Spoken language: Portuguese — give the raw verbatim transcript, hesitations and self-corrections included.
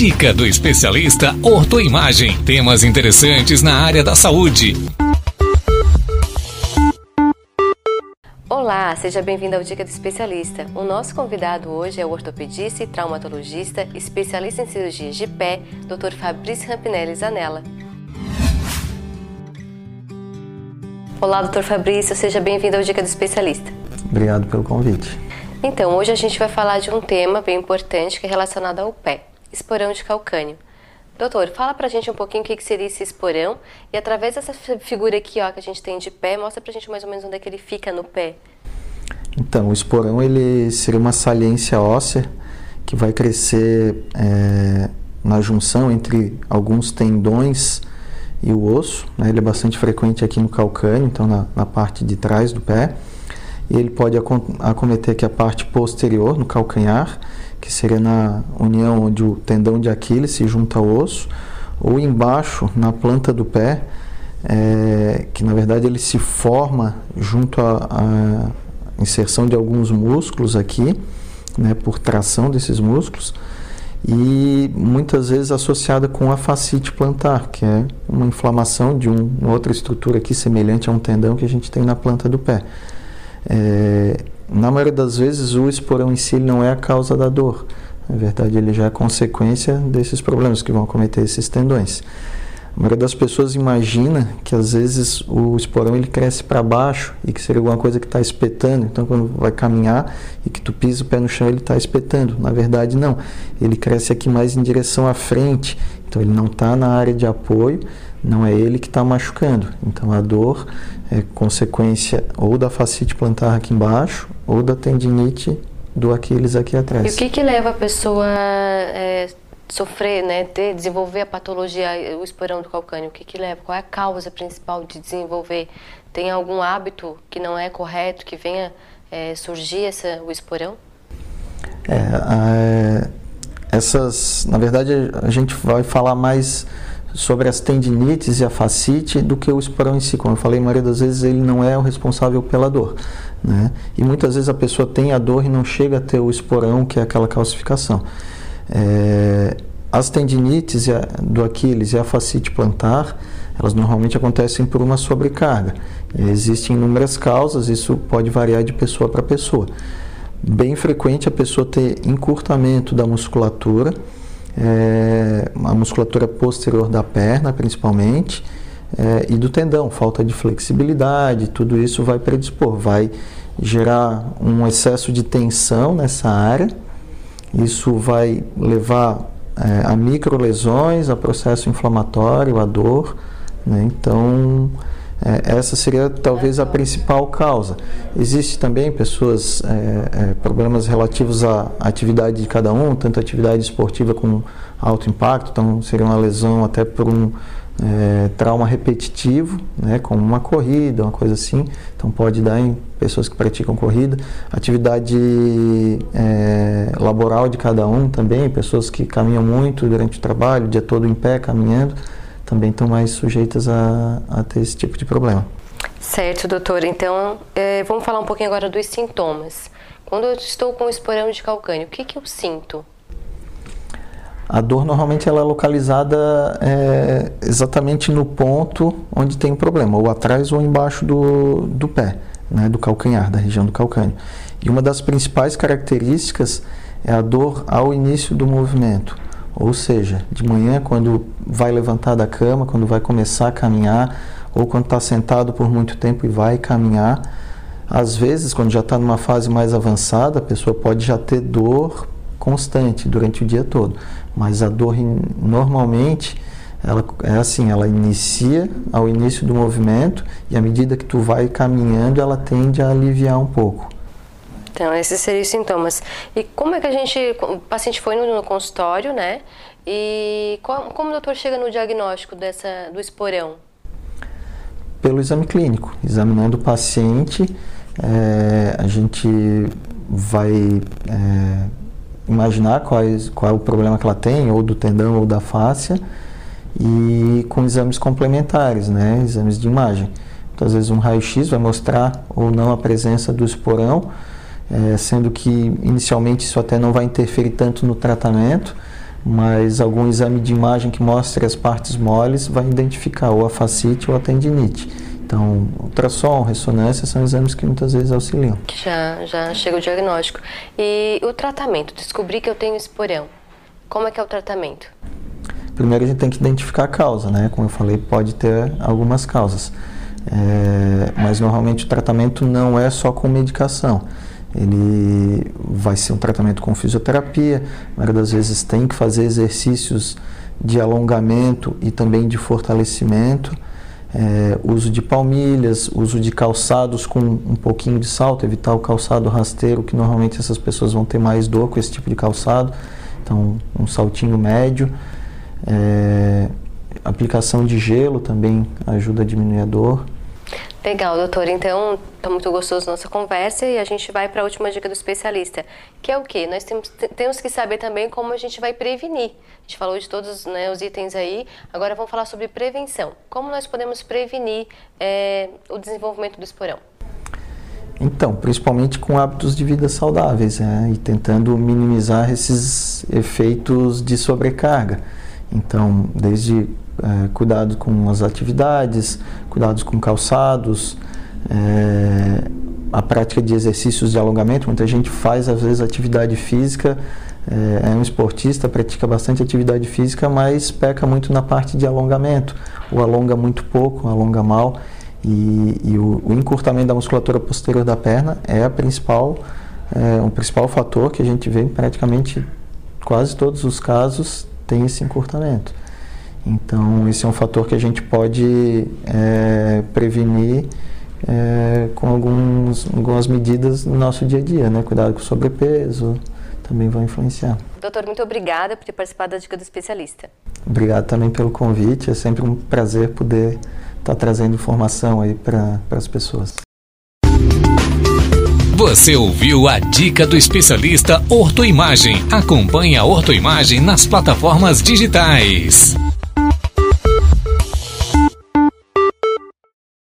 Dica do especialista Ortoimagem. Temas interessantes na área da saúde. Olá, seja bem-vindo ao Dica do Especialista. O nosso convidado hoje é o ortopedista e traumatologista, especialista em cirurgias de pé, doutor Fabrício Rampinelli Zanella. Olá, doutor Fabrício, seja bem-vindo ao Dica do Especialista. Obrigado pelo convite. Então, hoje a gente vai falar de um tema bem importante que é relacionado ao pé, esporão de calcânio. Doutor, fala pra gente um pouquinho o que seria esse esporão e através dessa figura aqui, ó, que a gente tem de pé, mostra pra gente mais ou menos onde é que ele fica no pé. Então, o esporão ele seria uma saliência óssea que vai crescer é, na junção entre alguns tendões e o osso, né? Ele é bastante frequente aqui no calcânio, então na, na parte de trás do pé. E ele pode acometer aqui a parte posterior, no calcanhar, que seria na união onde o tendão de Aquiles se junta ao osso, ou embaixo, na planta do pé, é, que na verdade ele se forma junto à inserção de alguns músculos aqui, né, por tração desses músculos, e muitas vezes associada com a fascite plantar, que é uma inflamação de um, uma outra estrutura aqui semelhante a um tendão que a gente tem na planta do pé. É, na maioria das vezes o esporão em si não é a causa da dor, na verdade ele já é consequência desses problemas que vão acometer esses tendões. A maioria das pessoas imagina que às vezes o esporão ele cresce para baixo e que seria alguma coisa que está espetando, então quando vai caminhar e que tu pisa o pé no chão ele está espetando. Na verdade não, ele cresce aqui mais em direção à frente, então ele não está na área de apoio, não é ele que está machucando. Então a dor é consequência ou da fascite plantar aqui embaixo ou da tendinite do Aquiles aqui atrás. E o que que leva a pessoa é, sofrer, né, ter, desenvolver a patologia, o esporão do calcânio? O que que leva? Qual é a causa principal de desenvolver? Tem algum hábito que não é correto, que venha é, surgir essa, o esporão? É, é, essas, na verdade a gente vai falar mais sobre as tendinites e a fascite do que o esporão em si. Como eu falei, a maioria das vezes ele não é o responsável pela dor, né? E muitas vezes a pessoa tem a dor e não chega a ter o esporão, que é aquela calcificação. É, as tendinites do Aquiles e a fascite plantar, elas normalmente acontecem por uma sobrecarga. E existem inúmeras causas, isso pode variar de pessoa para pessoa. Bem frequente a pessoa ter encurtamento da musculatura, É, a musculatura posterior da perna, principalmente, é, e do tendão, falta de flexibilidade, tudo isso vai predispor, vai gerar um excesso de tensão nessa área, isso vai levar é, a microlesões, a processo inflamatório, a dor, né? Então, é, essa seria talvez a principal causa. Existe também pessoas, é, é, problemas relativos à atividade de cada um, tanto atividade esportiva com alto impacto, então seria uma lesão até por um é, trauma repetitivo, né, como uma corrida, uma coisa assim, então pode dar em pessoas que praticam corrida. Atividade é, laboral de cada um também, pessoas que caminham muito durante o trabalho, o dia todo em pé, caminhando, também estão mais sujeitas a, a ter esse tipo de problema. Certo, doutor. Então, é, vamos falar um pouquinho agora dos sintomas. Quando eu estou com esporão de calcânio, o que que eu sinto? A dor normalmente ela é localizada é, exatamente no ponto onde tem o problema, ou atrás ou embaixo do, do pé, né, do calcanhar, da região do calcânio. E uma das principais características é a dor ao início do movimento. Ou seja, de manhã, quando vai levantar da cama, quando vai começar a caminhar, ou quando está sentado por muito tempo e vai caminhar. Às vezes, quando já está numa fase mais avançada, a pessoa pode já ter dor constante durante o dia todo. Mas a dor, normalmente, ela é assim, ela inicia ao início do movimento e à medida que tu vai caminhando, ela tende a aliviar um pouco. Então, esses seriam os sintomas. E como é que a gente, o paciente foi no, no consultório, né? E como, como o doutor chega no diagnóstico dessa, do esporão? Pelo exame clínico. Examinando o paciente, é, a gente vai é, imaginar quais, qual é o problema que ela tem, ou do tendão ou da fáscia, e com exames complementares, né? Exames de imagem. Então, às vezes um raio-x vai mostrar ou não a presença do esporão, é, sendo que inicialmente isso até não vai interferir tanto no tratamento, mas algum exame de imagem que mostre as partes moles vai identificar ou a fascite ou a tendinite. Então, ultrassom, ressonância são exames que muitas vezes auxiliam. Já, já chega o diagnóstico. E o tratamento? Descobri que eu tenho esporão. Como é que é o tratamento? Primeiro a gente tem que identificar a causa, né? Como eu falei, pode ter algumas causas. É, mas normalmente o tratamento não é só com medicação. Ele vai ser um tratamento com fisioterapia, a maioria das vezes tem que fazer exercícios de alongamento e também de fortalecimento, é, uso de palmilhas, uso de calçados com um pouquinho de salto, evitar o calçado rasteiro, que normalmente essas pessoas vão ter mais dor com esse tipo de calçado, então um saltinho médio. É, aplicação de gelo também ajuda a diminuir a dor. Legal, doutor. Então, está muito gostoso a nossa conversa e a gente vai para a última dica do especialista, que é o quê? Nós temos, temos que saber também como a gente vai prevenir. A gente falou de todos, né, os itens aí, agora vamos falar sobre prevenção. Como nós podemos prevenir é, o desenvolvimento do esporão? Então, principalmente com hábitos de vida saudáveis, né, e tentando minimizar esses efeitos de sobrecarga. Então, desde é, cuidado com as atividades, cuidados com calçados, é, a prática de exercícios de alongamento. Muita gente faz, às vezes, atividade física, é, é um esportista, pratica bastante atividade física, mas peca muito na parte de alongamento, ou alonga muito pouco, alonga mal, e, e o, o encurtamento da musculatura posterior da perna é a principal, é, um principal fator que a gente vê em praticamente quase todos os casos, tem esse encurtamento. Então, esse é um fator que a gente pode é, prevenir é, com alguns, algumas medidas no nosso dia a dia, né? Cuidado com o sobrepeso também vai influenciar. Doutor, muito obrigada por ter participado da Dica do Especialista. Obrigado também pelo convite, é sempre um prazer poder estar trazendo informação aí para as pessoas. Você ouviu a Dica do Especialista Ortoimagem. Acompanhe a Ortoimagem nas plataformas digitais.